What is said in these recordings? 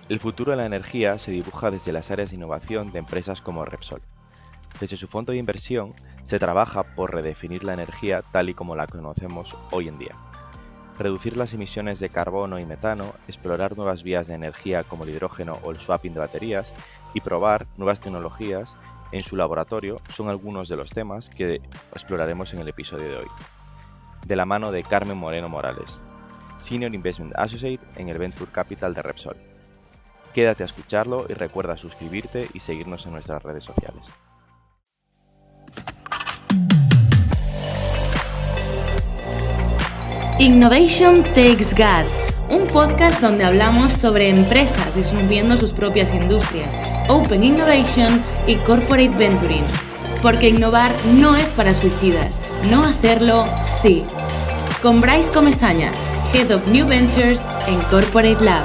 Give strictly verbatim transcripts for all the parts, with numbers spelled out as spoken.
El futuro de la energía se dibuja desde las áreas de innovación de empresas como Repsol. Desde su fondo de inversión, se trabaja por redefinir la energía tal y como la conocemos hoy en día. Reducir las emisiones de carbono y metano, explorar nuevas vías de energía como el hidrógeno o el swapping de baterías y probar nuevas tecnologías en su laboratorio son algunos de los temas que exploraremos en el episodio de hoy. De la mano de Carmen Moreno Morales, Senior Investment Associate en el Venture Capital de Repsol. Quédate a escucharlo y recuerda suscribirte y seguirnos en nuestras redes sociales. Innovation Takes Guts, un podcast donde hablamos sobre empresas disminuyendo sus propias industrias, Open Innovation y Corporate Venturing. Porque innovar no es para suicidas, no hacerlo sí. Con Bryce Comesaña, Head of New Ventures en Corporate Lab.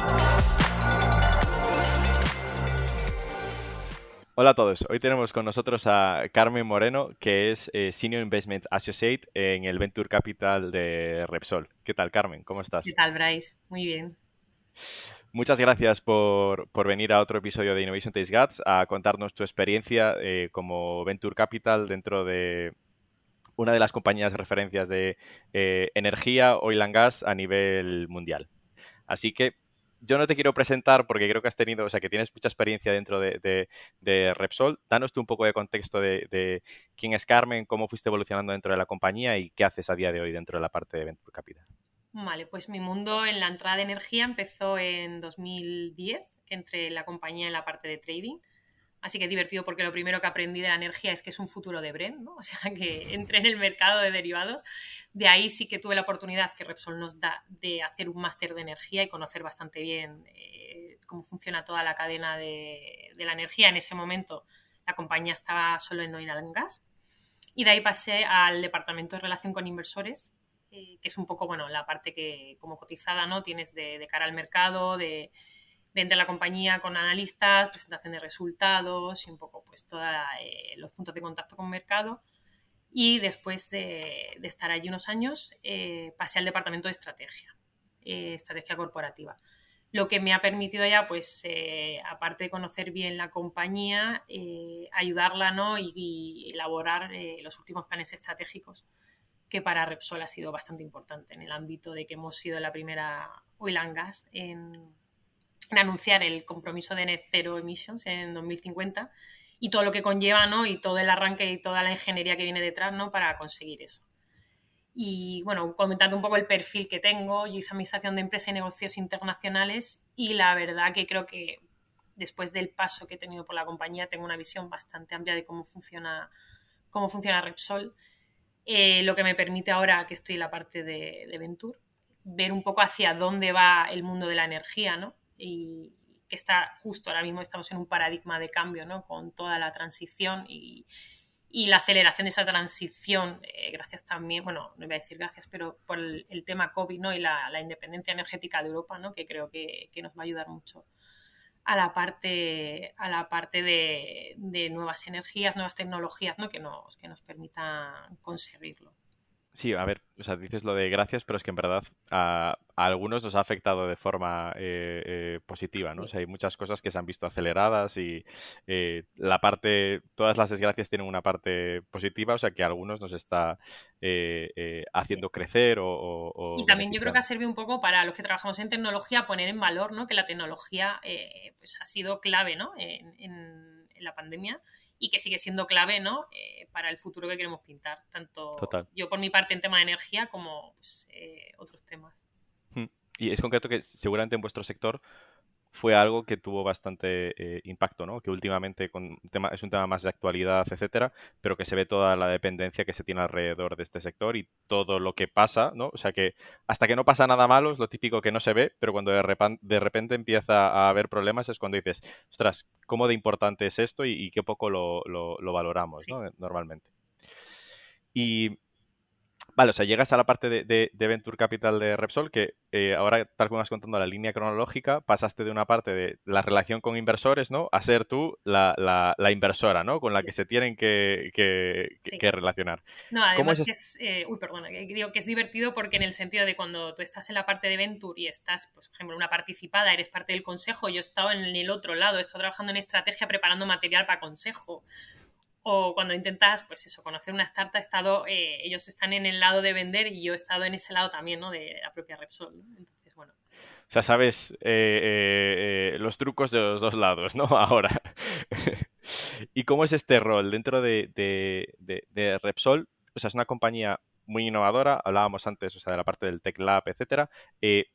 Hola a todos, hoy tenemos con nosotros a Carmen Moreno, que es eh, Senior Investment Associate en el Venture Capital de Repsol. ¿Qué tal, Carmen? ¿Cómo estás? ¿Qué tal, Bryce? Muy bien. Muchas gracias por, por venir a otro episodio de Innovation Takes Guts a contarnos tu experiencia eh, como Venture Capital dentro de una de las compañías de referencias de eh, energía, oil and gas a nivel mundial. Así que yo no te quiero presentar porque creo que has tenido, o sea, que tienes mucha experiencia dentro de, de, de Repsol. Danos tú un poco de contexto de, de quién es Carmen, cómo fuiste evolucionando dentro de la compañía y qué haces a día de hoy dentro de la parte de Venture Capital. Vale, pues mi mundo en la entrada de energía empezó en dos mil diez, entre la compañía en la parte de trading. Así que es divertido porque lo primero que aprendí de la energía es que es un futuro de Brent, ¿no? O sea, que entré en el mercado de derivados. De ahí sí que tuve la oportunidad que Repsol nos da de hacer un máster de energía y conocer bastante bien eh, cómo funciona toda la cadena de, de la energía. En ese momento la compañía estaba solo en oil and gas. Y de ahí pasé al departamento de relación con inversores, eh, que es un poco, bueno, la parte que como cotizada, ¿no? Tienes de, de cara al mercado, de... dentro de la compañía con analistas, presentación de resultados y un poco pues todos eh, los puntos de contacto con mercado. Y después de, de estar allí unos años, eh, pasé al departamento de estrategia, eh, estrategia corporativa. Lo que me ha permitido ya, pues, eh, aparte de conocer bien la compañía, eh, ayudarla, ¿no? y, y elaborar eh, los últimos planes estratégicos, que para Repsol ha sido bastante importante en el ámbito de que hemos sido la primera oil and gas en... en anunciar el compromiso de net zero emissions en dos mil cincuenta y todo lo que conlleva, ¿no? Y todo el arranque y toda la ingeniería que viene detrás, ¿no? Para conseguir eso. Y bueno, comentando un poco el perfil que tengo, yo hice administración de empresas y negocios internacionales y la verdad que creo que después del paso que he tenido por la compañía tengo una visión bastante amplia de cómo funciona, cómo funciona Repsol, eh, lo que me permite ahora que estoy en la parte de, de Venture, ver un poco hacia dónde va el mundo de la energía, ¿no? Y que está justo ahora mismo estamos en un paradigma de cambio, ¿no? Con toda la transición y, y la aceleración de esa transición, eh, gracias también, bueno, no voy a decir gracias, pero por el, el tema COVID, ¿no? Y la, la independencia energética de Europa, ¿no? Que creo que, que nos va a ayudar mucho a la parte, a la parte de, de nuevas energías, nuevas tecnologías, ¿no? que, nos, que nos permitan conseguirlo. Sí, a ver, o sea, dices lo de gracias, pero es que en verdad a, a algunos nos ha afectado de forma eh, eh, positiva, ¿no? Sí. O sea, hay muchas cosas que se han visto aceleradas y eh, la parte, todas las desgracias tienen una parte positiva, o sea, que a algunos nos está eh, eh, haciendo crecer o, o, o Y también yo creo que ha servido un poco para los que trabajamos en tecnología poner en valor, ¿no? Que la tecnología eh, pues ha sido clave, ¿no? en, en, en la pandemia. Y que sigue siendo clave, ¿no? Eh, para el futuro que queremos pintar, tanto Total. Yo por mi parte en tema de energía como pues, eh, otros temas. Y es concreto que seguramente en vuestro sector fue algo que tuvo bastante eh, impacto, ¿no? Que últimamente con tema, es un tema más de actualidad, etcétera, pero que se ve toda la dependencia que se tiene alrededor de este sector y todo lo que pasa, ¿no? O sea que hasta que no pasa nada malo es lo típico que no se ve, pero cuando de, repan- de repente empieza a haber problemas es cuando dices, ostras, ¿cómo de importante es esto y, y qué poco lo, lo, lo valoramos, sí. ¿no? Normalmente. Y Vale, o sea, llegas a la parte de, de, de Venture Capital de Repsol, que eh, ahora, tal como has contado la línea cronológica, pasaste de una parte de la relación con inversores, ¿no? A ser tú la, la, la inversora, ¿no? Con la Sí. que se tienen que, que, Sí. que relacionar. No, ¿Cómo además es que este? es, eh, uy, perdona, que digo que es divertido porque en el sentido de cuando tú estás en la parte de Venture y estás, pues, por ejemplo, una participada, eres parte del consejo, yo he estado en el otro lado, he estado trabajando en estrategia preparando material para consejo. O cuando intentas, pues eso, conocer una startup, he estado, eh, ellos están en el lado de vender y yo he estado en ese lado también, ¿no? De la propia Repsol, ¿no? Entonces, bueno. O sea, sabes eh, eh, eh, los trucos de los dos lados, ¿no? Ahora. ¿Y cómo es este rol dentro de, de, de, de Repsol? O sea, es una compañía muy innovadora, hablábamos antes, o sea, de la parte del Tech Lab, etcétera. Eh,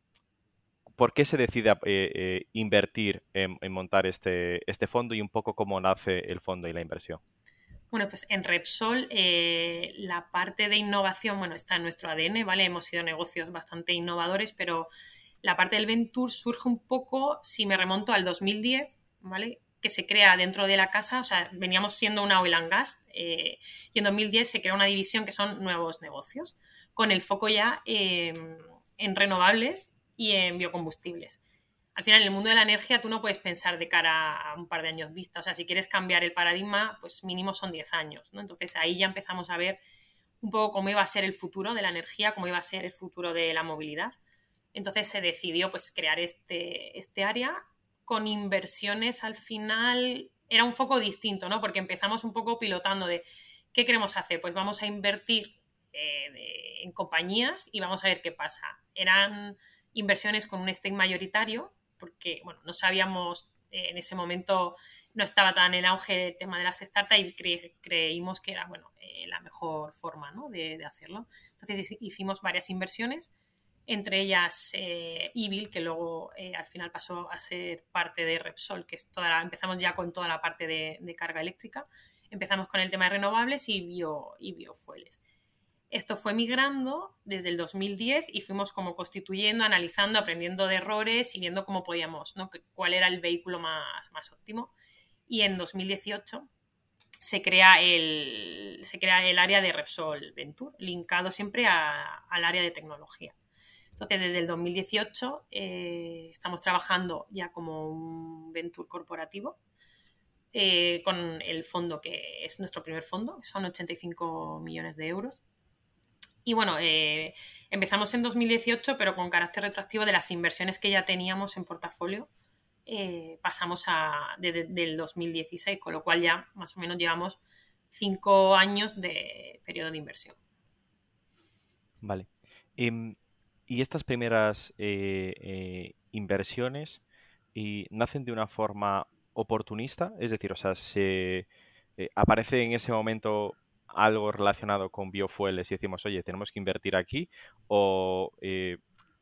¿Por qué se decide eh, eh, invertir en, en montar este, este fondo y un poco cómo nace el fondo y la inversión? Bueno, pues en Repsol eh, la parte de innovación, bueno, está en nuestro A D N, ¿vale? Hemos sido negocios bastante innovadores, pero la parte del Venture surge un poco, si me remonto al dos mil diez, ¿vale? Que se crea dentro de la casa, o sea, veníamos siendo una oil and gas eh, y en dos mil diez se crea una división que son nuevos negocios, con el foco ya eh, en renovables y en biocombustibles. Al final, en el mundo de la energía tú no puedes pensar de cara a un par de años vista. O sea, si quieres cambiar el paradigma, pues mínimo son diez años, ¿no? Entonces ahí ya empezamos a ver un poco cómo iba a ser el futuro de la energía, cómo iba a ser el futuro de la movilidad. Entonces se decidió pues crear este, este área con inversiones al final. Era un foco distinto, ¿no? Porque empezamos un poco pilotando de ¿qué queremos hacer? Pues vamos a invertir eh, de, en compañías y vamos a ver qué pasa. Eran inversiones con un stake mayoritario, porque, bueno, no sabíamos, eh, en ese momento no estaba tan en auge el tema de las startups y cre creímos que era, bueno, eh, la mejor forma, ¿no? de, de hacerlo. Entonces hicimos varias inversiones, entre ellas eh, Evil, que luego eh, al final pasó a ser parte de Repsol, que es toda la, empezamos ya con toda la parte de, de carga eléctrica. Empezamos con el tema de renovables y, bio, y biofueles. Esto fue migrando desde el dos mil diez y fuimos como constituyendo, analizando, aprendiendo de errores y viendo cómo podíamos, ¿no? Cuál era el vehículo más, más óptimo. Y en dos mil dieciocho se crea el, se crea el área de Repsol Venture, linkado siempre a, al área de tecnología. Entonces, desde el dos mil dieciocho eh, estamos trabajando ya como un Venture corporativo eh, con el fondo que es nuestro primer fondo, son ochenta y cinco millones de euros. Y bueno, eh, empezamos en dos mil dieciocho, pero con carácter retroactivo de las inversiones que ya teníamos en portafolio, eh, pasamos a de, de, del dos mil dieciséis, con lo cual ya más o menos llevamos cinco años de periodo de inversión. Vale. Um, y estas primeras eh, eh, inversiones y nacen de una forma oportunista, es decir, o sea, se eh, aparece en ese momento algo relacionado con biofueles y decimos, oye, tenemos que invertir aquí, o eh,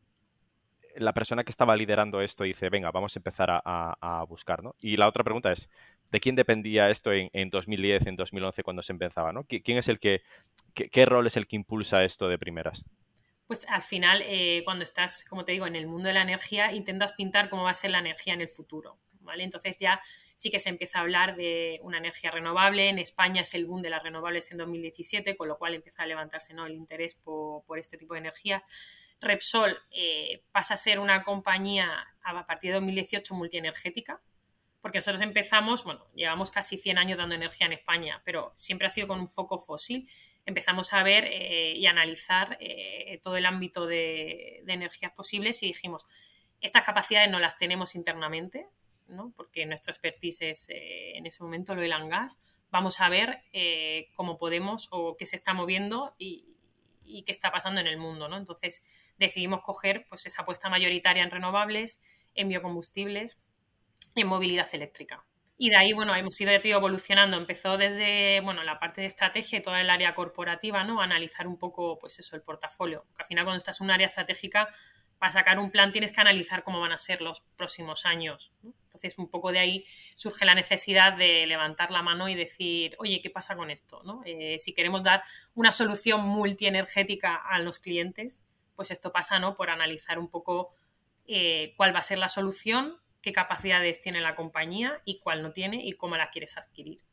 la persona que estaba liderando esto dice, venga, vamos a empezar a, a, a buscar, ¿no? Y la otra pregunta es, ¿de quién dependía esto en, en dos mil diez, en dos mil once, cuando se empezaba, ¿no? ¿Quién es el que, qué, qué rol es el que impulsa esto de primeras? Pues al final, eh, cuando estás, como te digo, en el mundo de la energía, intentas pintar cómo va a ser la energía en el futuro, ¿vale? Entonces ya sí que se empieza a hablar de una energía renovable. En España es el boom de las renovables en dos mil diecisiete, con lo cual empieza a levantarse, ¿no?, el interés por, por este tipo de energías. Repsol eh, pasa a ser una compañía a partir de dos mil dieciocho multienergética, porque nosotros empezamos, bueno, llevamos casi cien años dando energía en España, pero siempre ha sido con un foco fósil. Empezamos a ver eh, y analizar eh, todo el ámbito de, de energías posibles y dijimos, estas capacidades no las tenemos internamente, ¿no?, porque nuestro expertise es eh, en ese momento el oil and gas. Vamos a ver eh, cómo podemos o qué se está moviendo y, y qué está pasando en el mundo, ¿no? Entonces decidimos coger pues esa apuesta mayoritaria en renovables, en biocombustibles y en movilidad eléctrica. Y de ahí, bueno, hemos ido evolucionando. Empezó desde, bueno, la parte de estrategia y toda el área corporativa, ¿no?, a analizar un poco, pues eso, el portafolio. Porque al final, cuando estás en un área estratégica, para sacar un plan tienes que analizar cómo van a ser los próximos años, ¿no? Entonces, un poco de ahí surge la necesidad de levantar la mano y decir, oye, ¿qué pasa con esto?, ¿no? Eh, si queremos dar una solución multienergética a los clientes, pues esto pasa, ¿no?, por analizar un poco eh, cuál va a ser la solución, qué capacidades tiene la compañía y cuál no tiene y cómo la quieres adquirir, ¿no?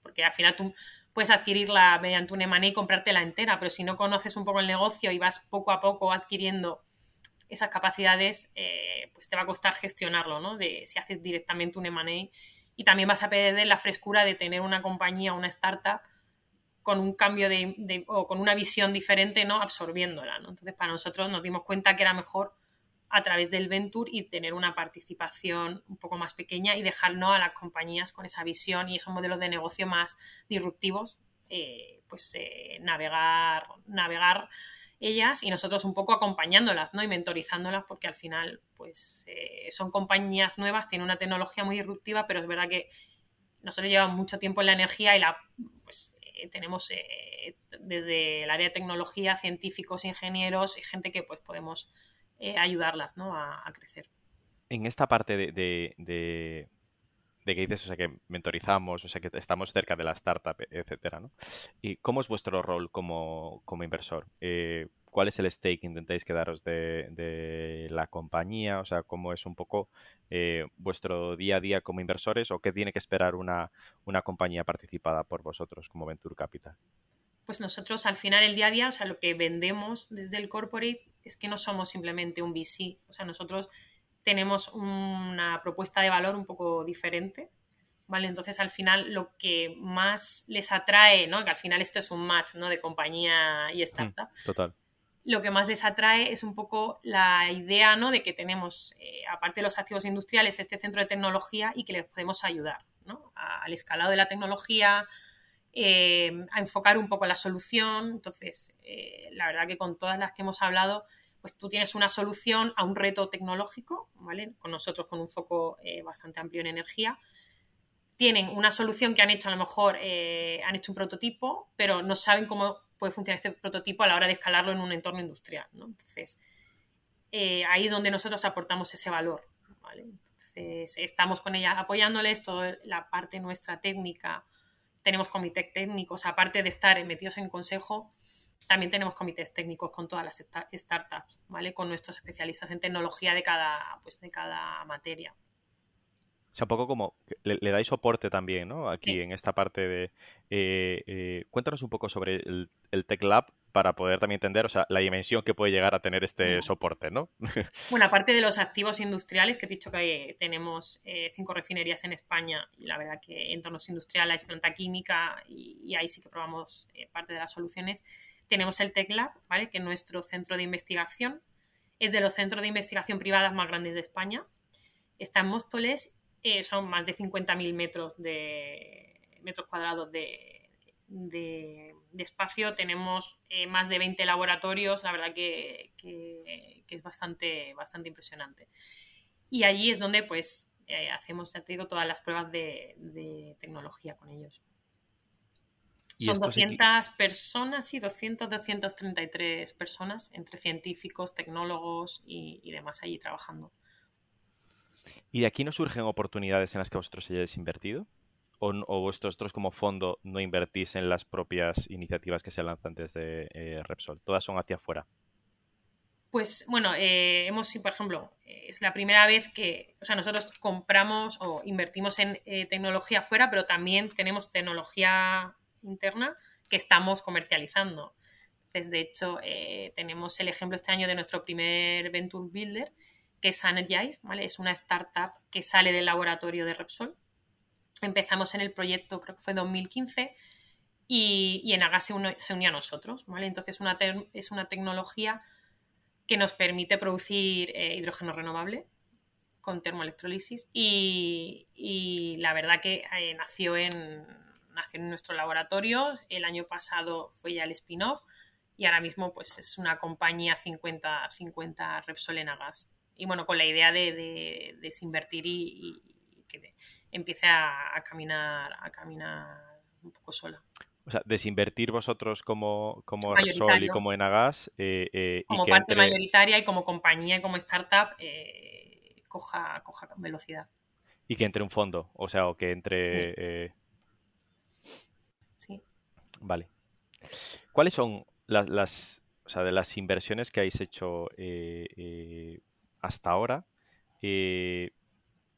Porque al final tú puedes adquirirla mediante un eme and a y comprártela entera, pero si no conoces un poco el negocio y vas poco a poco adquiriendo esas capacidades, eh, pues te va a costar gestionarlo, ¿no? De si haces directamente un eme and a, y también vas a perder la frescura de tener una compañía, una startup con un cambio de, de o con una visión diferente, ¿no? Absorbiéndola, ¿no? Entonces, para nosotros nos dimos cuenta que era mejor a través del venture y tener una participación un poco más pequeña y dejar, ¿no?, a las compañías con esa visión y esos modelos de negocio más disruptivos, eh, pues eh, navegar, navegar ellas y nosotros un poco acompañándolas, ¿no?, y mentorizándolas, porque al final pues eh, son compañías nuevas, tienen una tecnología muy disruptiva, pero es verdad que nosotros llevamos mucho tiempo en la energía y la pues eh, tenemos eh, desde el área de tecnología científicos, ingenieros y gente que pues podemos eh, ayudarlas, ¿no?, a, a crecer. En esta parte de, de, de, de que dices, o sea, que mentorizamos, o sea, que estamos cerca de la startup, etcétera, ¿no? ¿Y cómo es vuestro rol como, como inversor? Eh, ¿Cuál es el stake que intentáis quedaros de, de la compañía? O sea, ¿cómo es un poco eh, vuestro día a día como inversores o qué tiene que esperar una, una compañía participada por vosotros como Venture Capital? Pues nosotros al final el día a día, o sea, lo que vendemos desde el corporate es que no somos simplemente un ve ce, o sea, nosotros tenemos una propuesta de valor un poco diferente, ¿vale? Entonces, al final, lo que más les atrae, ¿no?, que al final esto es un match, ¿no?, de compañía y startup, Total. Lo que más les atrae es un poco la idea, ¿no?, de que tenemos, eh, aparte de los activos industriales, este centro de tecnología y que les podemos ayudar, ¿no?, al escalado de la tecnología, eh, a enfocar un poco la solución. Entonces, eh, la verdad que con todas las que hemos hablado, pues tú tienes una solución a un reto tecnológico, ¿vale? Con nosotros con un foco eh, bastante amplio en energía. Tienen una solución que han hecho, a lo mejor eh, han hecho un prototipo, pero no saben cómo puede funcionar este prototipo a la hora de escalarlo en un entorno industrial, ¿no? Entonces, eh, ahí es donde nosotros aportamos ese valor, ¿vale? Entonces, estamos con ellas apoyándoles, toda la parte nuestra técnica, tenemos comités técnicos, aparte de estar metidos en consejo, también tenemos comités técnicos con todas las startups, ¿vale?, con nuestros especialistas en tecnología de cada, pues, de cada materia. O sea, un poco como le, le dais soporte también, ¿no? Aquí Sí. en esta parte de... Eh, eh, cuéntanos un poco sobre el, el Tech Lab para poder también entender, o sea, la dimensión que puede llegar a tener este Bueno. soporte, ¿no? Bueno, aparte de los activos industriales, que he dicho que tenemos eh, cinco refinerías en España, y la verdad que entornos industriales, planta química, y, y ahí sí que probamos eh, parte de las soluciones, tenemos el Tech Lab, ¿vale?, que es nuestro centro de investigación, es de los centros de investigación privadas más grandes de España, está en Móstoles, eh, son más de cincuenta mil metros, de, metros cuadrados de, de, de espacio, tenemos eh, más de veinte laboratorios, la verdad que, que, que es bastante, bastante impresionante. Y allí es donde pues eh, hacemos, ya te digo, todas las pruebas de, de tecnología con ellos. Son doscientas personas, sí, doscientas, doscientas treinta y tres personas, entre científicos, tecnólogos y, y demás allí trabajando. ¿Y de aquí no surgen oportunidades en las que vosotros hayáis invertido? ¿O, o vosotros como fondo no invertís en las propias iniciativas que se lanzan desde eh, Repsol? ¿Todas son hacia afuera? Pues bueno, eh, hemos, por ejemplo, es la primera vez que, o sea, nosotros compramos o invertimos en eh, tecnología afuera, pero también tenemos tecnología interna que estamos comercializando. Entonces, de hecho, eh, tenemos el ejemplo este año de nuestro primer Venture Builder, que es Energize, ¿vale? Es una startup que sale del laboratorio de Repsol. Empezamos en el proyecto, creo que fue dos mil quince, y, y Enagás se, uno, se unió a nosotros, ¿vale? Entonces, una te- es una tecnología que nos permite producir eh, hidrógeno renovable con termoelectrólisis y, y la verdad que eh, nació, en, nació en nuestro laboratorio. El año pasado fue ya el spin-off y ahora mismo pues es una compañía cincuenta cincuenta Repsol Enagás. Y bueno, con la idea de, de, de desinvertir y, y que de, empiece a, a, caminar, a caminar un poco sola. O sea, desinvertir vosotros como, como Repsol y como Enagás eh, eh, como y que parte entre... mayoritaria y como compañía y como startup eh, coja, coja velocidad. Y que entre un fondo, o sea, o que entre... Sí. Eh... sí. Vale. ¿Cuáles son las, las, o sea, de las inversiones que habéis hecho eh, eh, hasta ahora? Eh,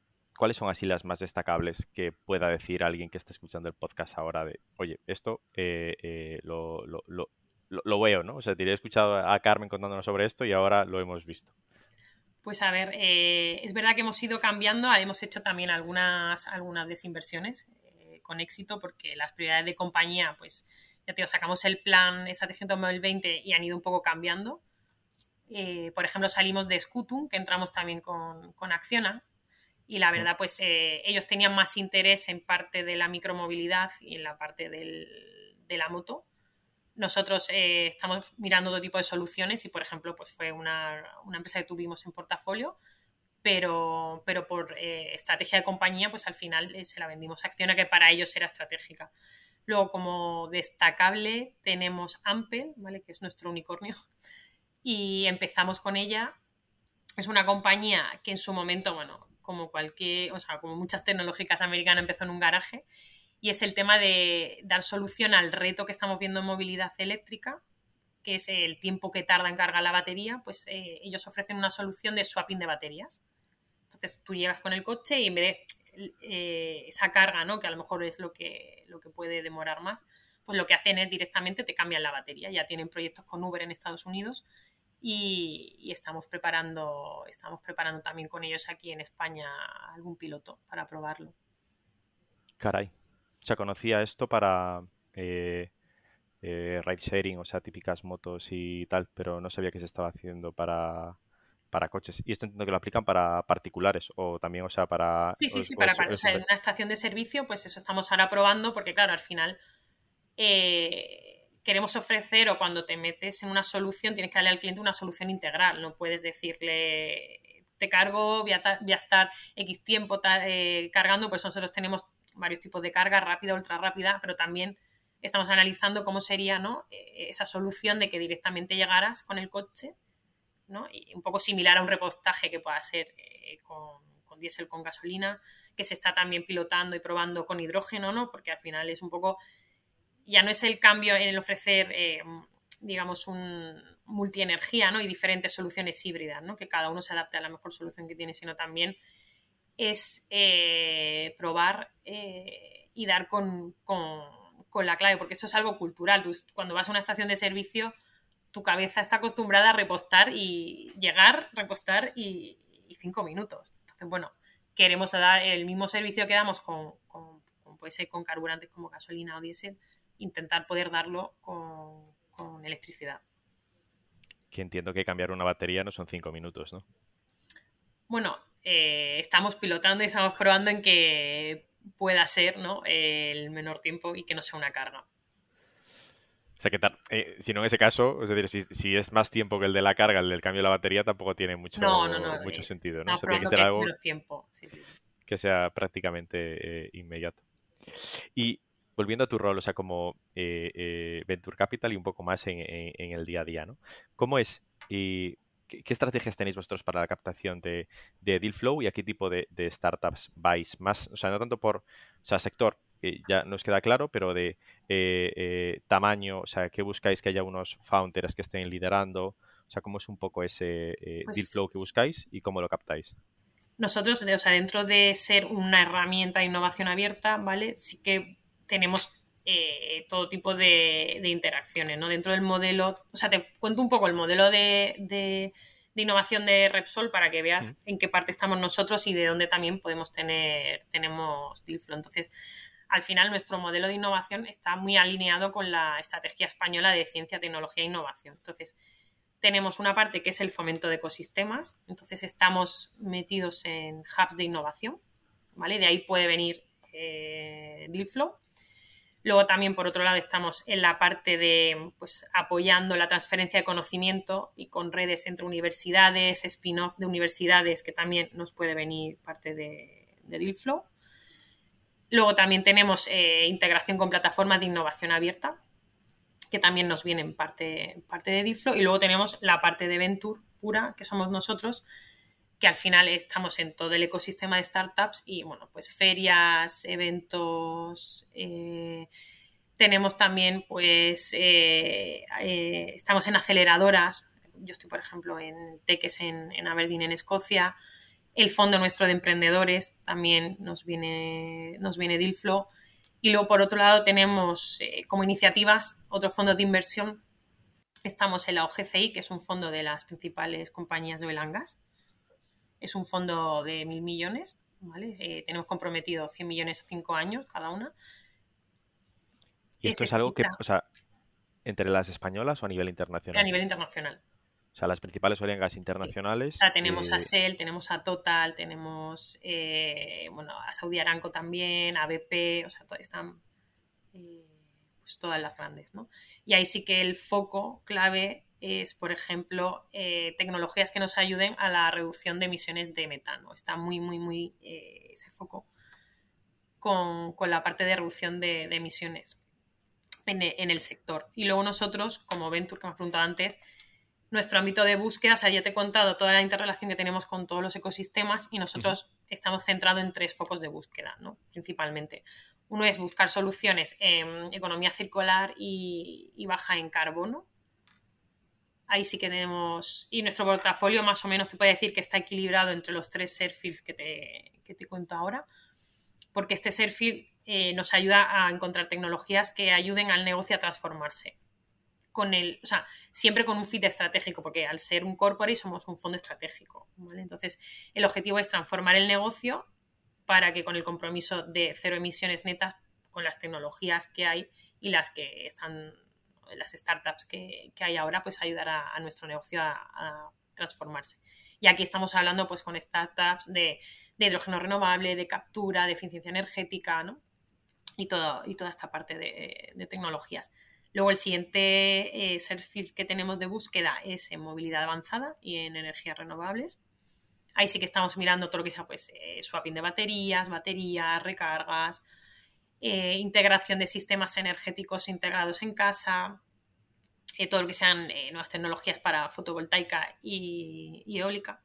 ¿cuáles son así las más destacables que pueda decir alguien que esté escuchando el podcast ahora de, oye, esto eh, eh, lo, lo, lo, lo veo, ¿no? O sea, te he escuchado a Carmen contándonos sobre esto y ahora lo hemos visto. Pues a ver, eh, es verdad que hemos ido cambiando, hemos hecho también algunas, algunas desinversiones eh, con éxito porque las prioridades de compañía, pues ya te digo, sacamos el plan Estrategia dos mil veinte y han ido un poco cambiando. Eh, por ejemplo, salimos de Scutum, que entramos también con, con Acciona, y la verdad, pues eh, ellos tenían más interés en parte de la micromovilidad y en la parte del, de la moto. Nosotros eh, estamos mirando otro tipo de soluciones y, por ejemplo, pues fue una, una empresa que tuvimos en portafolio, pero, pero por eh, estrategia de compañía, pues al final eh, se la vendimos a Acciona, que para ellos era estratégica. Luego, como destacable, tenemos Ampel, ¿vale? Que es nuestro unicornio, y empezamos con ella. Es una compañía que en su momento, bueno, como cualquier, o sea, como muchas tecnológicas americanas, empezó en un garaje, y es el tema de dar solución al reto que estamos viendo en movilidad eléctrica, que es el tiempo que tarda en cargar la batería. Pues eh, ellos ofrecen una solución de swapping de baterías. Entonces tú llegas con el coche y en vez de eh, esa carga, ¿no?, que a lo mejor es lo que, lo que puede demorar más, pues lo que hacen es directamente te cambian la batería. Ya tienen proyectos con Uber en Estados Unidos y, y estamos preparando, estamos preparando también con ellos aquí en España algún piloto para probarlo. Caray. O sea, conocía esto para eh, eh, ride sharing, o sea, típicas motos y tal, pero no sabía que se estaba haciendo para, para coches. Y esto entiendo que lo aplican para particulares o también, o sea, para... Sí, sí, o, sí, o para, es, para o es sea, un... en una estación de servicio, pues eso estamos ahora probando porque, claro, al final eh, queremos ofrecer, o cuando te metes en una solución tienes que darle al cliente una solución integral. No puedes decirle, te cargo, voy a, voy a estar X tiempo eh, cargando, pues nosotros tenemos varios tipos de carga, rápida, ultra rápida, pero también estamos analizando cómo sería, ¿no?, esa solución de que directamente llegaras con el coche, ¿no?, y un poco similar a un repostaje que pueda ser eh, con, con diésel, con gasolina, que se está también pilotando y probando con hidrógeno, ¿no?, porque al final es un poco, ya no es el cambio en el ofrecer, eh, digamos, un multienergía, ¿no?, y diferentes soluciones híbridas, ¿no?, que cada uno se adapte a la mejor solución que tiene, sino también es eh, probar eh, y dar con, con, con la clave, porque esto es algo cultural. Tú, cuando vas a una estación de servicio, tu cabeza está acostumbrada a repostar y llegar, repostar y, y cinco minutos. Entonces, bueno, queremos dar el mismo servicio que damos con, con, con, puede ser con carburantes como gasolina o diésel, intentar poder darlo con, con electricidad. Que entiendo que cambiar una batería no son cinco minutos, ¿no? Bueno, eh, estamos pilotando y estamos probando en que pueda ser, ¿no?, el menor tiempo y que no sea una carga. O sea, que tal, eh, si no en ese caso, es decir, si, si es más tiempo que el de la carga, el del cambio de la batería tampoco tiene mucho, no, no, no, mucho es, sentido, ¿no? O estamos sea, tiene que probando ser que es algo menos tiempo. Sí, sí. que sea prácticamente eh, inmediato. Y volviendo a tu rol, o sea, como eh, eh, Venture Capital y un poco más en, en, en el día a día, ¿no? ¿Cómo es y qué, qué estrategias tenéis vosotros para la captación de, de deal flow y a qué tipo de, de startups vais? Más, o sea, no tanto por, o sea, sector, que ya nos queda claro, pero de eh, eh, tamaño, o sea, ¿qué buscáis que haya unos founders que estén liderando? O sea, ¿cómo es un poco ese eh, Pues deal flow que buscáis y cómo lo captáis? Nosotros, o sea, dentro de ser una herramienta de innovación abierta, ¿vale?, sí que tenemos eh, todo tipo de, de interacciones, ¿no? Dentro del modelo, o sea, te cuento un poco el modelo de, de, de innovación de Repsol para que veas en qué parte estamos nosotros y de dónde también podemos tener, tenemos deal flow. Entonces, al final, nuestro modelo de innovación está muy alineado con la estrategia española de ciencia, tecnología e innovación. Entonces, tenemos una parte que es el fomento de ecosistemas, entonces estamos metidos en hubs de innovación, ¿vale? De ahí puede venir eh, Dealflow. Luego también, por otro lado, estamos en la parte de, pues, apoyando la transferencia de conocimiento y con redes entre universidades, spin-off de universidades, que también nos puede venir parte de, de Dealflow. Luego también tenemos eh, integración con plataformas de innovación abierta, que también nos vienen parte, parte de Dealflow. Y luego tenemos la parte de Venture pura, que somos nosotros, que al final estamos en todo el ecosistema de startups y, bueno, pues ferias, eventos, eh, tenemos también, pues, eh, eh, estamos en aceleradoras. Yo estoy, por ejemplo, en Teques, en, en Aberdeen, en Escocia, El fondo nuestro de emprendedores también nos viene, nos viene Dealflow. Y luego, por otro lado, tenemos eh, como iniciativas otros fondos de inversión. Estamos en la O G C I, que es un fondo de las principales compañías de oil and gas. Es un fondo de mil millones, ¿vale? Eh, tenemos comprometido cien millones a cinco años cada una. ¿Y esto es algo que, o sea, entre las españolas o a nivel internacional? A nivel internacional. O sea, las principales oil and gas internacionales. Sí. O sea, tenemos eh... a Shell, tenemos a Total, tenemos eh, bueno, a Saudi Aramco también, a B P, o sea, están eh, pues todas las grandes, ¿no? Y ahí sí que el foco clave es, por ejemplo, eh, tecnologías que nos ayuden a la reducción de emisiones de metano. Está muy, muy, muy eh, ese foco con, con la parte de reducción de, de emisiones en, en el sector. Y luego nosotros, como Venture, que me has preguntado antes, nuestro ámbito de búsqueda, o sea, ya te he contado toda la interrelación que tenemos con todos los ecosistemas y nosotros uh-huh. estamos centrados en tres focos de búsqueda, ¿no? Principalmente. Uno es buscar soluciones en economía circular y, y baja en carbono. Ahí sí que tenemos... Y nuestro portafolio más o menos te puede decir que está equilibrado entre los tres Serfields que te, que te cuento ahora, porque este Serfield eh, nos ayuda a encontrar tecnologías que ayuden al negocio a transformarse. Con el, o sea, siempre con un fit estratégico, porque al ser un corporate somos un fondo estratégico, ¿vale? Entonces, el objetivo es transformar el negocio para que con el compromiso de cero emisiones netas, con las tecnologías que hay y las que están, las startups que, que hay ahora, pues ayudar a, a nuestro negocio a, a transformarse. Y aquí estamos hablando pues con startups de, de hidrógeno renovable, de captura, de eficiencia energética, ¿no? Y, todo, y toda esta parte de, de tecnologías. Luego el siguiente eh, Serfield que tenemos de búsqueda es en movilidad avanzada y en energías renovables. Ahí sí que estamos mirando todo lo que sea pues, eh, swapping de baterías, baterías, recargas, eh, integración de sistemas energéticos integrados en casa, eh, todo lo que sean eh, nuevas tecnologías para fotovoltaica y, y eólica.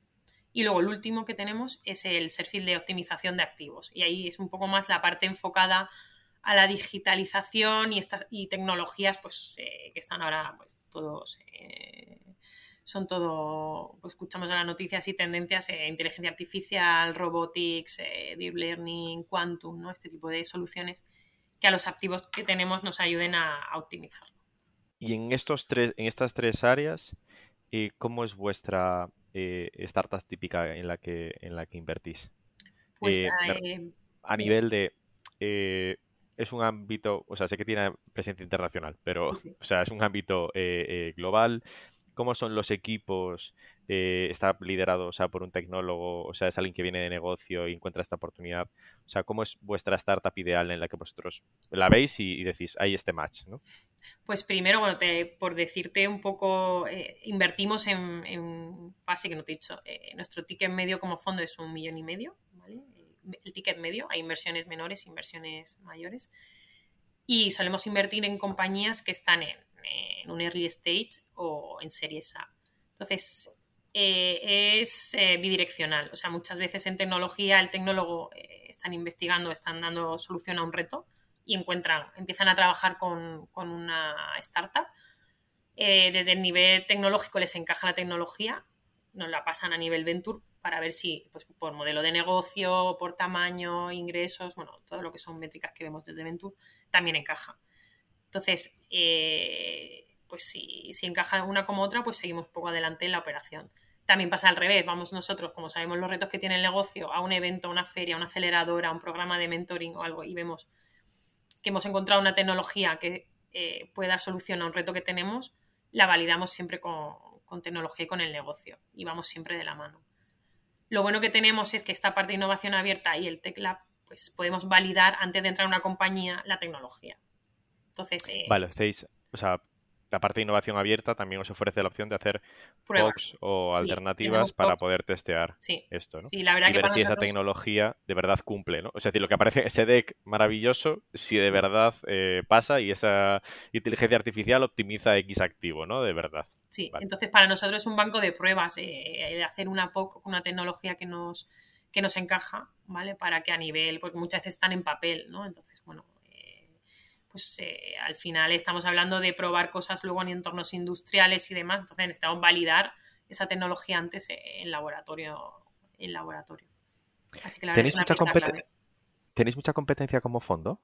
Y luego el último que tenemos es el Serfield de optimización de activos. Y ahí es un poco más la parte enfocada a la digitalización y, esta, y tecnologías pues, eh, que están ahora pues, todos... Eh, son todo, pues escuchamos en las noticias y tendencias, eh, inteligencia artificial, robotics, eh, deep learning, quantum, ¿no? Este tipo de soluciones que a los activos que tenemos nos ayuden a, a optimizarlo. Y en, estos tres, en estas tres áreas, eh, ¿cómo es vuestra eh, startup típica en la que, en la que invertís? Pues eh, eh, a nivel de... Eh, es un ámbito, o sea, sé que tiene presencia internacional, pero sí, sí. O sea, es un ámbito eh, eh, global. ¿Cómo son los equipos? Eh, ¿Está liderado, o sea, por un tecnólogo? O sea, ¿es alguien que viene de negocio y encuentra esta oportunidad? O sea, ¿cómo es vuestra startup ideal en la que vosotros la veis y, y decís, hay este match, ¿no? Pues primero, bueno, te, por decirte un poco, eh, invertimos en, en fase que no te he dicho. Eh, nuestro ticket medio como fondo es un millón y medio, ¿vale? El ticket medio, hay inversiones menores, inversiones mayores. Y solemos invertir en compañías que están en, en un early stage o en series A. Entonces, eh, es eh, bidireccional. O sea, muchas veces en tecnología el tecnólogo eh, están investigando, están dando solución a un reto y encuentran, empiezan a trabajar con, con una startup. Eh, desde el nivel tecnológico les encaja la tecnología, nos la pasan a nivel venture para ver si, pues, por modelo de negocio, por tamaño, ingresos, bueno, todo lo que son métricas que vemos desde venture, también encaja. Entonces, eh, pues si, si encaja una como otra, pues seguimos un poco adelante en la operación. También pasa al revés, vamos nosotros, como sabemos los retos que tiene el negocio, a un evento, a una feria, a una aceleradora, a un programa de mentoring o algo, y vemos que hemos encontrado una tecnología que eh, puede dar solución a un reto que tenemos, la validamos siempre con, con tecnología y con el negocio, y vamos siempre de la mano. Lo bueno que tenemos es que esta parte de innovación abierta y el Tech Lab, pues podemos validar antes de entrar a una compañía la tecnología. Entonces, eh, vale, estáis, o sea, la parte de innovación abierta también os ofrece la opción de hacer pruebas o sí, alternativas para box. poder testear sí, esto, ¿no? Sí, la verdad y que ver si esa nosotros... tecnología de verdad cumple, ¿no? O sea, es decir, lo que aparece en ese deck maravilloso, si de verdad eh, pasa y esa inteligencia artificial optimiza X activo, ¿no? De verdad. Sí, vale. Entonces para nosotros es un banco de pruebas, eh, hacer una P O C con una tecnología que nos, que nos encaja, ¿vale? Para que a nivel, porque muchas veces están en papel, ¿no? Entonces, bueno, eh, pues eh, al final estamos hablando de probar cosas luego en entornos industriales y demás, entonces necesitamos validar esa tecnología antes en laboratorio el laboratorio. Así que la verdad es ¿Tenéis una mucha pieza competen- clave. ¿Tenéis mucha competencia como fondo?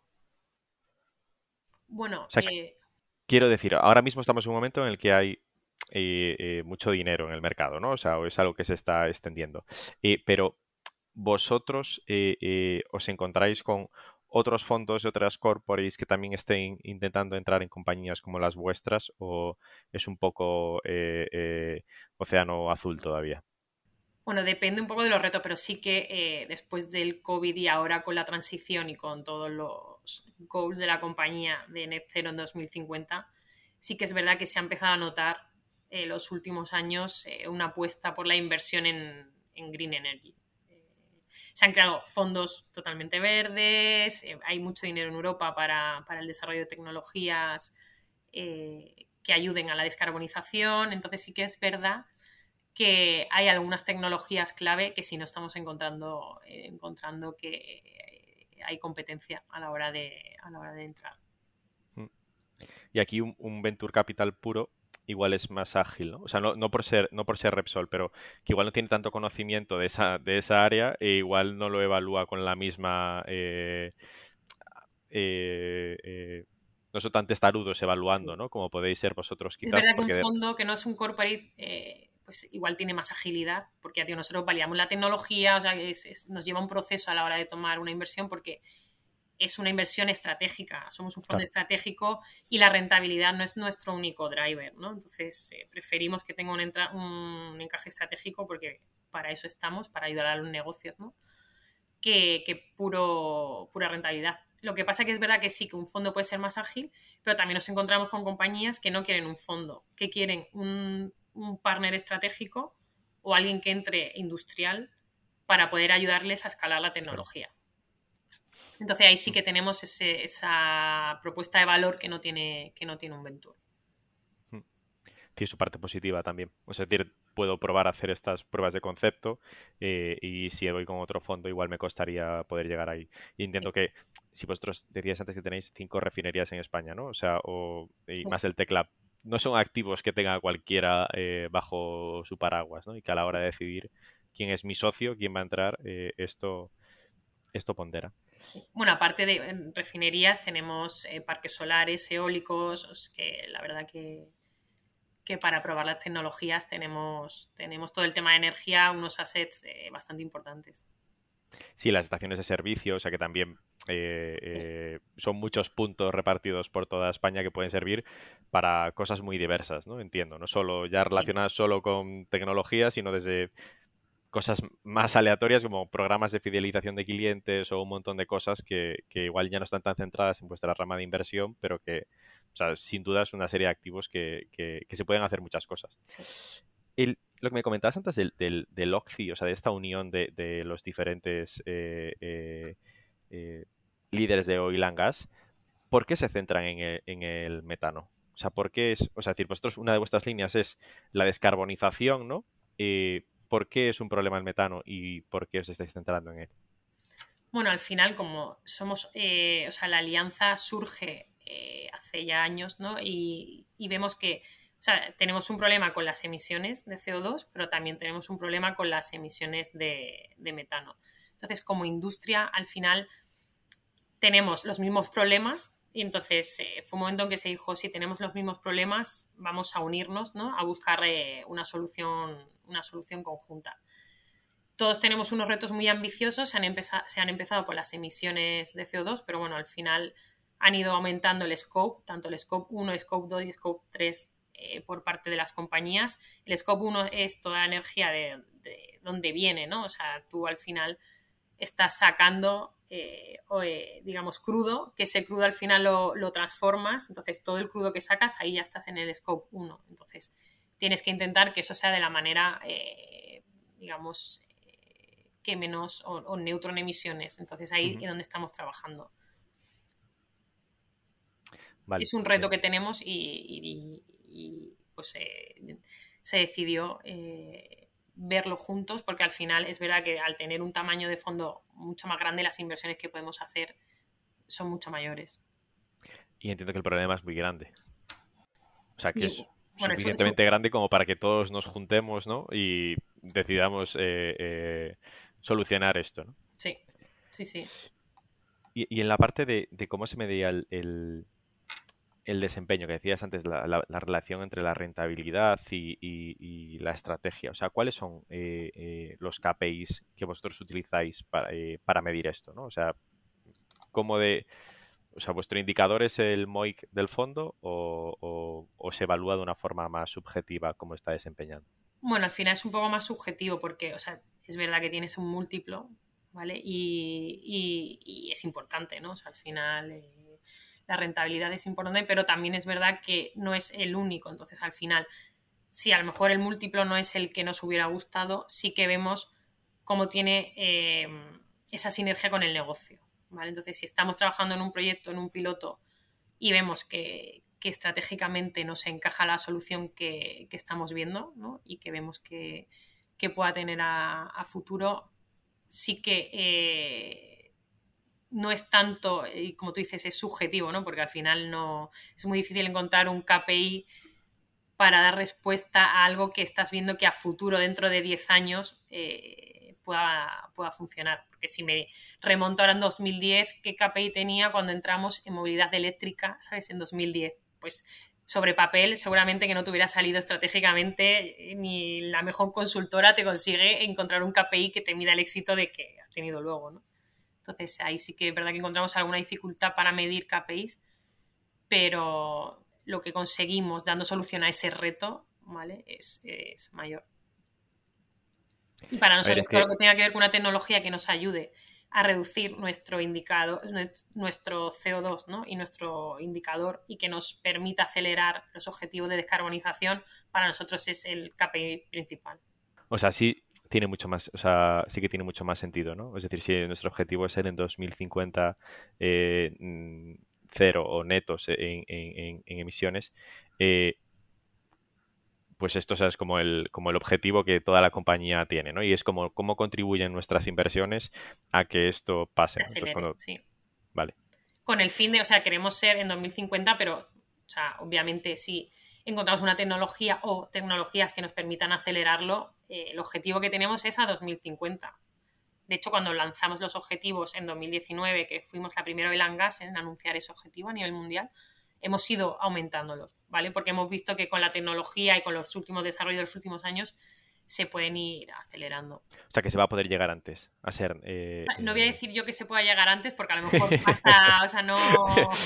Bueno, O sea, eh, quiero decir, ahora mismo estamos en un momento en el que hay eh, eh, mucho dinero en el mercado, ¿no? O sea, es algo que se está extendiendo. Eh, pero vosotros eh, eh, os encontráis con otros fondos de otras corporates que también estén intentando entrar en compañías como las vuestras, o es un poco eh, eh, océano azul todavía. bueno, depende un poco de los retos, pero sí que eh, después del COVID y ahora con la transición y con todos los goals de la compañía de Net Zero en dos mil cincuenta, sí que es verdad que se ha empezado a notar en eh, los últimos años eh, una apuesta por la inversión en, en green energy. Eh, se han creado fondos totalmente verdes, eh, hay mucho dinero en Europa para, para el desarrollo de tecnologías eh, que ayuden a la descarbonización, entonces sí que es verdad que hay algunas tecnologías clave que sí no estamos encontrando, eh, encontrando que eh, hay competencia a la hora de, a la hora de entrar. Y aquí un, un venture capital puro igual es más ágil, ¿no? O sea, no, no por ser, no por ser Repsol, pero que igual no tiene tanto conocimiento de esa, de esa área e igual no lo evalúa con la misma... eh, eh, eh, no son tan testarudos evaluando, Sí. ¿no? Como podéis ser vosotros Es quizás, verdad que un porque... de- fondo que no es un corporate, eh, pues igual tiene más agilidad, porque tío, nosotros validamos la tecnología, o sea, es, es, nos lleva un proceso a la hora de tomar una inversión porque es una inversión estratégica, somos un fondo Claro. estratégico y la rentabilidad no es nuestro único driver, ¿no? Entonces, eh, preferimos que tenga un, entra un encaje estratégico porque para eso estamos, para ayudar a los negocios, ¿no? Que, que puro, pura rentabilidad. Lo que pasa que es verdad que sí, que un fondo puede ser más ágil, pero también nos encontramos con compañías que no quieren un fondo, que quieren un, un partner estratégico o alguien que entre industrial para poder ayudarles a escalar la Claro. tecnología. Entonces ahí sí Mm. que tenemos ese, esa propuesta de valor que no tiene, que no tiene un Venture. Mm. Tiene su parte positiva también. O sea, es decir, puedo probar a hacer estas pruebas de concepto eh, y si voy con otro fondo igual me costaría poder llegar ahí. Y entiendo Sí, que si vosotros decíais antes que tenéis cinco refinerías en España, ¿no? O sea, o, y sí, más el Teclab, no son activos que tenga cualquiera eh, bajo su paraguas, ¿no? Y que a la hora de decidir quién es mi socio, quién va a entrar, eh, esto, esto pondera. sí. Bueno, aparte de refinerías, tenemos eh, parques solares, eólicos, que la verdad que, que para probar las tecnologías tenemos, tenemos todo el tema de energía, unos assets eh, bastante importantes. Sí, las estaciones de servicio, o sea que también eh, Sí. eh, son muchos puntos repartidos por toda España que pueden servir para cosas muy diversas, ¿no? Entiendo, no solo ya Sí. relacionadas solo con tecnología, sino desde cosas más aleatorias como programas de fidelización de clientes o un montón de cosas que, que igual ya no están tan centradas en vuestra rama de inversión, pero que, o sea, sin duda es una serie de activos que, que, que se pueden hacer muchas cosas. Sí. El, lo que me comentabas antes del, del, del O C C I, o sea, de esta unión de, de los diferentes eh, eh, eh, líderes de oil and gas, ¿por qué se centran en el, en el metano? O sea, ¿por qué es, o sea, decir, vosotros una de vuestras líneas es la descarbonización, ¿no? Eh, ¿por qué es un problema el metano y por qué os estáis centrando en él? Bueno, al final, como somos, eh, o sea, la alianza surge eh, hace ya años, ¿no? Y, y vemos que, o sea, tenemos un problema con las emisiones de C O dos, pero también tenemos un problema con las emisiones de, de metano. Entonces, como industria, al final tenemos los mismos problemas y entonces eh, fue un momento en que se dijo, si tenemos los mismos problemas, vamos a unirnos, ¿no? A buscar eh, una solución, una solución conjunta. Todos tenemos unos retos muy ambiciosos, se han, empezado, se han empezado con las emisiones de C O dos, pero bueno, al final han ido aumentando el scope, tanto el scope uno, scope dos y scope tres eh, por parte de las compañías. El scope uno es toda la energía de, de donde viene, ¿no? O sea, tú al final estás sacando, eh, o, eh, digamos, crudo, que ese crudo al final lo, lo transformas, entonces todo el crudo que sacas, ahí ya estás en el scope uno. Entonces tienes que intentar que eso sea de la manera, eh, digamos, que menos o, o neutro en emisiones. Entonces ahí Uh-huh. es donde estamos trabajando. Vale, Es un reto bien. que tenemos y, y, y pues eh, se decidió eh, verlo juntos porque al final es verdad que al tener un tamaño de fondo mucho más grande las inversiones que podemos hacer son mucho mayores. Y entiendo que el problema es muy grande. O sea, que Sí, es bueno, eso, eso suficientemente grande como para que todos nos juntemos, ¿no? Y decidamos eh, eh, solucionar esto, ¿no? Sí, sí, sí. Y, y en la parte de, de cómo se medía el, el, el desempeño, que decías antes, la, la- la relación entre la rentabilidad y, y- y la estrategia. O sea, ¿cuáles son eh, eh, los K P Is que vosotros utilizáis para, eh, para medir esto, ¿no? O sea, ¿cómo de, o sea, vuestro indicador es el M O I C del fondo o, o- o se evalúa de una forma más subjetiva cómo está desempeñando? Bueno, al final es un poco más subjetivo porque, o sea, es verdad que tienes un múltiplo, ¿vale? Y, y- y es importante, ¿no? O sea, al final eh, la rentabilidad es importante, pero también es verdad que no es el único. Entonces, al final, si a lo mejor el múltiplo no es el que nos hubiera gustado, sí que vemos cómo tiene eh, esa sinergia con el negocio, ¿vale? Entonces, si estamos trabajando en un proyecto, en un piloto, y vemos que, que estratégicamente nos encaja la solución que, que estamos viendo, ¿no? Y que vemos que, que pueda tener a, a futuro, sí que eh, no es tanto, y como tú dices, es subjetivo, ¿no? Porque al final no es muy difícil encontrar un K P I para dar respuesta a algo que estás viendo que a futuro, dentro de diez años, eh, pueda, pueda funcionar. Porque si me remonto ahora en dos mil diez, ¿qué K P I tenía cuando entramos en movilidad eléctrica, ¿sabes? En dos mil diez. Pues sobre papel seguramente que no te hubiera salido estratégicamente, ni la mejor consultora te consigue encontrar un K P I que te mida el éxito de que has tenido luego, ¿no? Entonces ahí sí que es verdad que encontramos alguna dificultad para medir K P Is, pero lo que conseguimos dando solución a ese reto, ¿vale? Es, es mayor. Y para A ver, nosotros es todo que, lo que tenga que ver con una tecnología que nos ayude a reducir nuestro indicador, nuestro C O dos, ¿no? Y nuestro indicador y que nos permita acelerar los objetivos de descarbonización, para nosotros es el K P I principal. o sea, sí tiene mucho más, o sea, sí que tiene mucho más sentido, ¿no? Es decir, si nuestro objetivo es ser en dos mil cincuenta eh, mm, cero o netos en, en- en- en emisiones, eh, pues esto, o sea, es como el, como el objetivo que toda la compañía tiene, ¿no? Y es como cómo contribuyen nuestras inversiones a que esto pase, Se ¿no? Entonces, acelere, cuando, sí. vale. Con el fin de, o sea, queremos ser en dos mil cincuenta, pero, o sea, obviamente si encontramos una tecnología o tecnologías que nos permitan acelerarlo, eh, el objetivo que tenemos es a dos mil cincuenta. De hecho, cuando lanzamos los objetivos en dos mil diecinueve, que fuimos la primera oil and gas en anunciar ese objetivo a nivel mundial, hemos ido aumentándolos, ¿vale? Porque hemos visto que con la tecnología y con los últimos desarrollos de los últimos años se pueden ir acelerando. O sea, que se va a poder llegar antes a ser... O eh, sea, no voy a eh, decir yo que se pueda llegar antes porque a lo mejor pasa, o sea, no...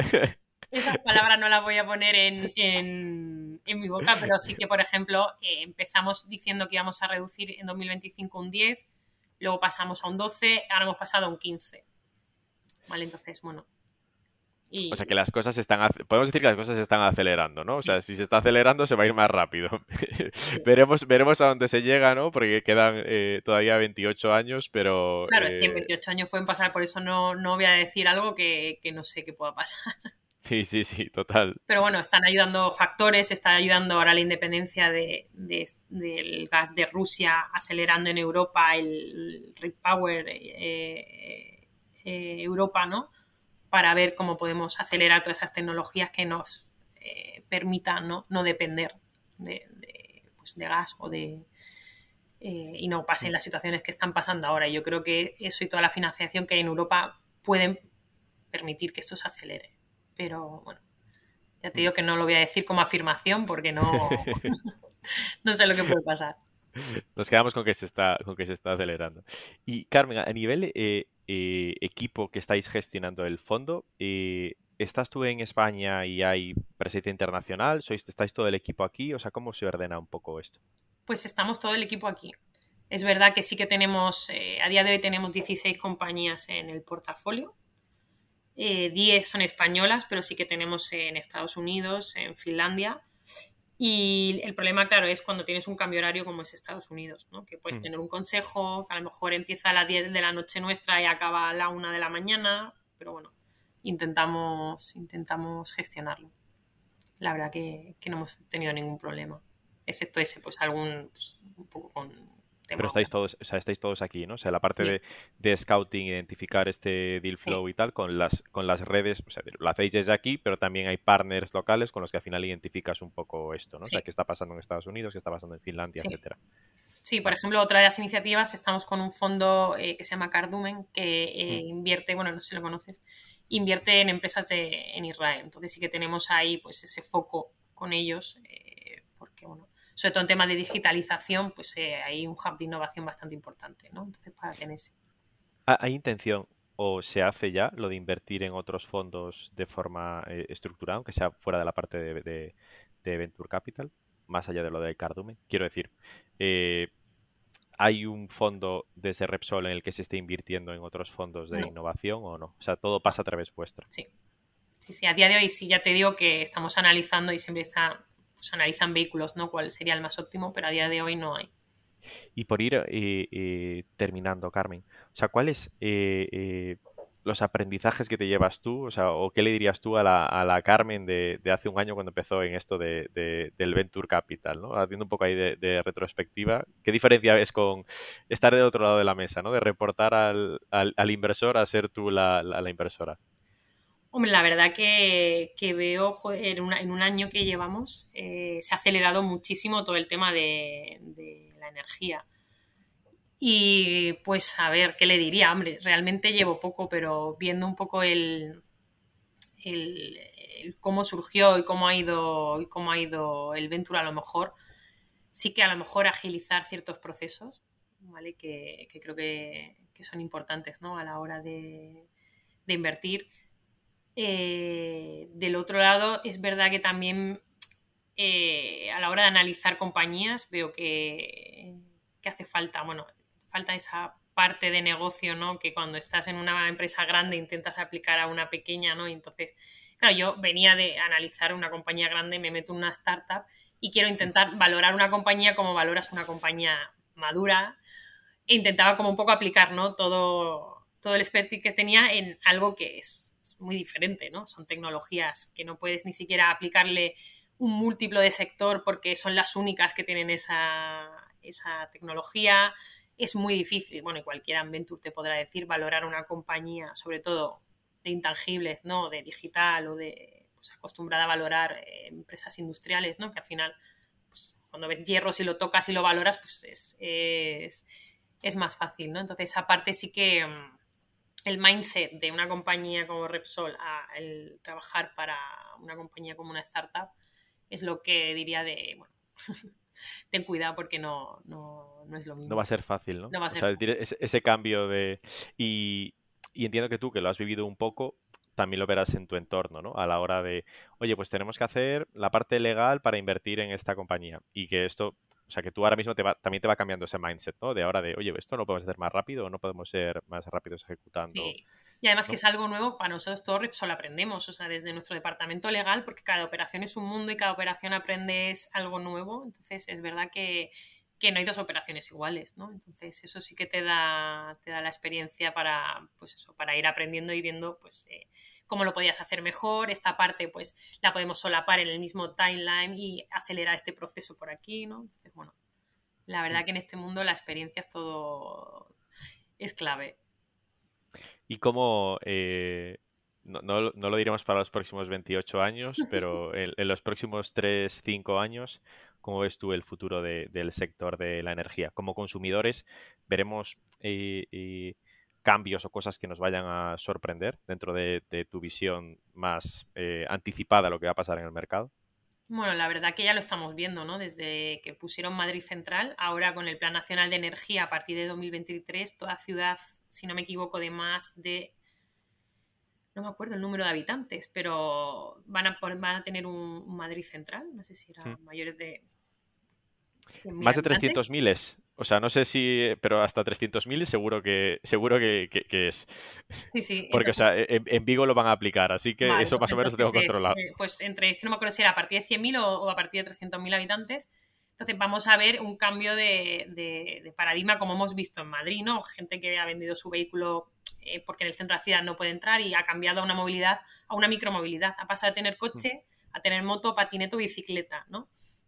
Esas palabras no las voy a poner en, en, en mi boca, pero sí que, por ejemplo, eh, empezamos diciendo que íbamos a reducir en dos mil veinticinco un diez, luego pasamos a un doce, ahora hemos pasado a un quince. ¿Vale? Entonces, bueno. O sea, Y que las cosas están... ac- Podemos decir que las cosas se están acelerando, ¿no? O sí, sea, si se está acelerando, se va a ir más rápido. sí. Veremos, veremos a dónde se llega, ¿no? Porque quedan eh, todavía veintiocho años, pero... Claro, es que en eh, veintiocho años pueden pasar, por eso no, no voy a decir algo que, que no sé qué pueda pasar. sí, sí, sí, total. Pero bueno, están ayudando factores, está ayudando ahora la independencia de, de, del gas de Rusia, acelerando en Europa el Repower eh, eh, Europa, ¿no? Para ver cómo podemos acelerar todas esas tecnologías que nos eh, permitan, ¿no? No depender de, de, pues de gas o de, eh, y no pasen las situaciones que están pasando ahora. Yo creo que eso y toda la financiación que hay en Europa pueden permitir que esto se acelere. Pero bueno, ya te digo que no lo voy a decir como afirmación porque no, no sé lo que puede pasar. Nos quedamos con que se está, con que se está acelerando. Y Carmen, a nivel eh, eh, equipo que estáis gestionando el fondo, eh, ¿estás tú en España y hay presencia internacional? ¿Sois, estáis todo el equipo aquí? O sea, ¿cómo se ordena un poco esto? Pues estamos todo el equipo aquí. Es verdad que sí que tenemos, eh, a día de hoy tenemos dieciséis compañías en el portafolio. Eh, diez son españolas, pero sí que tenemos en Estados Unidos, en Finlandia. Y el problema, claro, es cuando tienes un cambio horario como es Estados Unidos, ¿no? Que puedes Mm. tener un consejo, que a lo mejor empieza a las diez de la noche nuestra y acaba a la una de la mañana, pero bueno, intentamos, intentamos gestionarlo. La verdad que, que no hemos tenido ningún problema, excepto ese, pues algún, pues, un poco con tema. Pero estáis todos, o sea, estáis todos aquí, ¿no? O sea, la parte Sí. de, de scouting, identificar este deal flow Sí. y tal, con las, con las redes, o sea, lo hacéis desde aquí, pero también hay partners locales con los que al final identificas un poco esto, ¿no? O sea, Sí. qué está pasando en Estados Unidos, qué está pasando en Finlandia, Sí. etcétera. Sí, por Vale. ejemplo, otra de las iniciativas, estamos con un fondo eh, que se llama Cardumen, que eh, Mm. invierte, bueno, no sé si lo conoces, invierte en empresas de, en Israel. Entonces sí que tenemos ahí pues ese foco con ellos, eh, porque, bueno, sobre todo en temas de digitalización, pues eh, hay un hub de innovación bastante importante, ¿no? Entonces, para tenerse. ¿Hay intención o se hace ya lo de invertir en otros fondos de forma eh, estructurada, aunque sea fuera de la parte de, de- de Venture Capital, más allá de lo del Cardumen? Quiero decir, eh, ¿hay un fondo desde Repsol en el que se esté invirtiendo en otros fondos de No, innovación o no? O sea, todo pasa a través vuestra. sí. Sí, sí, a día de hoy sí, ya te digo que estamos analizando y siempre está, pues analizan vehículos, ¿no? ¿Cuál sería el más óptimo? Pero a día de hoy no hay. Y por ir eh, eh, terminando, Carmen, o sea, ¿cuáles eh, eh, los aprendizajes que te llevas tú? O sea, ¿o qué le dirías tú a la, a la Carmen de, de hace un año cuando empezó en esto de, de- del Venture Capital, ¿no? Haciendo un poco ahí de, de retrospectiva, ¿qué diferencia ves con estar del otro lado de la mesa, ¿no? De reportar al, al- al inversor a ser tú la, la- la inversora. Hombre, la verdad que, que veo, joder, en, una- en un año que llevamos, eh, se ha acelerado muchísimo todo el tema de, de la energía. Y pues a ver, ¿qué le diría? Hombre, realmente llevo poco, pero viendo un poco el, el- el cómo surgió y cómo ha ido y cómo ha ido el Venture, a lo mejor sí que a lo mejor agilizar ciertos procesos, ¿vale? Que, que creo que, que son importantes, ¿no? A la hora de, de invertir. Eh, del otro lado, es verdad que también eh, a la hora de analizar compañías veo que, que hace falta, bueno, falta esa parte de negocio, ¿no? Que cuando estás en una empresa grande intentas aplicar a una pequeña, ¿no? Y entonces, claro, yo venía de analizar una compañía grande, me meto en una startup y quiero intentar valorar una compañía como valoras una compañía madura, e intentaba como un poco aplicar, ¿no? Todo, todo el expertise que tenía en algo que es, es muy diferente, ¿no? Son tecnologías que no puedes ni siquiera aplicarle un múltiplo de sector porque son las únicas que tienen esa, esa tecnología. Es muy difícil, bueno, y cualquiera en Venture te podrá decir, valorar una compañía, sobre todo de intangibles, ¿no? De digital o de pues, acostumbrada a valorar eh, empresas industriales, ¿no? Que al final, pues, cuando ves hierro, si lo tocas y lo valoras, pues es, es, es más fácil, ¿no? Entonces, esa parte sí que um, el mindset de una compañía como Repsol a el trabajar para una compañía como una startup es lo que diría de, bueno, ten cuidado porque no, no, no es lo No va mismo. a ser fácil, ¿no? No va a O ser sea, fácil. ese, ese cambio de... Y, y entiendo que tú, que lo has vivido un poco, también lo verás en tu entorno, ¿no? A la hora de, oye, pues tenemos que hacer la parte legal para invertir en esta compañía. Y que esto, o sea, que tú ahora mismo te va, también te va cambiando ese mindset, ¿no? De ahora de, oye, esto no podemos hacer más rápido o no podemos ser más rápidos ejecutando, Sí. Y además que ¿no? es algo nuevo para nosotros, todo Repsol aprendemos, o sea, desde nuestro departamento legal, porque cada operación es un mundo y cada operación aprendes algo nuevo. Entonces, es verdad que, que no hay dos operaciones iguales, ¿no? Entonces, eso sí que te da, te da la experiencia para, pues eso, para ir aprendiendo y viendo, pues, eh, cómo lo podías hacer mejor. Esta parte, pues, la podemos solapar en el mismo timeline y acelerar este proceso por aquí, ¿no? Entonces, bueno, la verdad que en este mundo la experiencia es todo, es clave. Y cómo, eh, no, no, no lo diremos para los próximos veintiocho años, pero en, en los próximos tres cinco años, ¿cómo ves tú el futuro de- del sector de la energía? Como consumidores, ¿veremos eh, eh, cambios o cosas que nos vayan a sorprender dentro de, de tu visión más eh, anticipada a lo que va a pasar en el mercado? Bueno, la verdad que ya lo estamos viendo, ¿no? Desde que pusieron Madrid Central, ahora con el Plan Nacional de Energía a partir de dos mil veintitrés, toda ciudad, si no me equivoco, de más de, no me acuerdo el número de habitantes, pero van a, van a tener un, un Madrid Central, no sé si Hmm. era mayores de cien mil Más de trescientos habitantes. miles. O sea, no sé si, pero hasta trescientos mil seguro que, seguro que, que- que es. Sí, sí, Porque, o entonces, sea, en, en Vigo lo van a aplicar, así que vale, eso pues más o menos lo entonces tengo es, controlado. eh, pues entre, es que no me acuerdo si era a partir de cien mil o, o a partir de trescientos mil habitantes. Entonces vamos a ver un cambio de, de, de paradigma como hemos visto en Madrid, ¿no? Gente que ha vendido su vehículo eh, porque en el centro de la ciudad no puede entrar y ha cambiado a una movilidad, a una micromovilidad. Ha pasado de tener coche a tener moto, patineto, bicicleta, ¿no?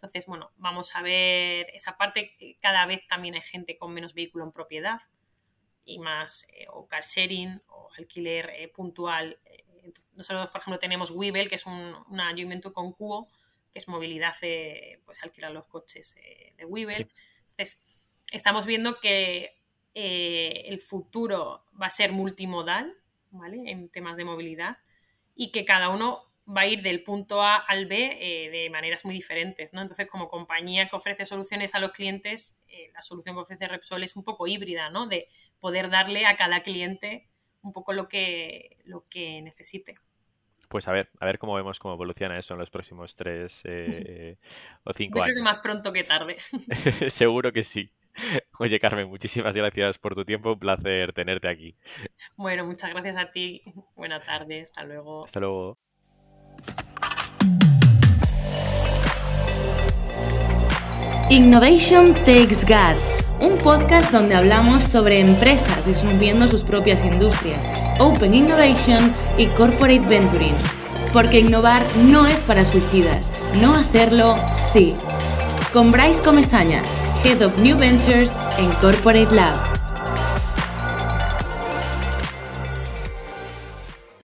Entonces, bueno, vamos a ver esa parte. Cada vez también hay gente con menos vehículo en propiedad y más eh, o car sharing o alquiler eh, puntual. Nosotros, por ejemplo, tenemos Webull, que es un, una joint venture con Cubo, que es movilidad, eh, pues alquilar los coches eh, de Webull. Sí. Entonces, estamos viendo que eh, el futuro va a ser multimodal, ¿vale? En temas de movilidad, y que cada uno va a ir del punto A al B eh, de maneras muy diferentes, ¿no? Entonces, como compañía que ofrece soluciones a los clientes, eh, la solución que ofrece Repsol es un poco híbrida, ¿no? De poder darle a cada cliente un poco lo que, lo que necesite. Pues a ver, a ver cómo vemos cómo evoluciona eso en los próximos tres eh, o cinco Yo años. creo que más pronto que tarde. Seguro que sí. Oye, Carmen, muchísimas gracias por tu tiempo. Un placer tenerte aquí. Bueno, muchas gracias a ti. Buena tarde. Hasta luego. Hasta luego. Innovation Takes Guts, un podcast donde hablamos sobre empresas disminuyendo sus propias industrias, Open Innovation y Corporate Venturing. Porque innovar no es para suicidas, no hacerlo sí. Con Bryce Comesaña, Head of New Ventures en Corporate Lab.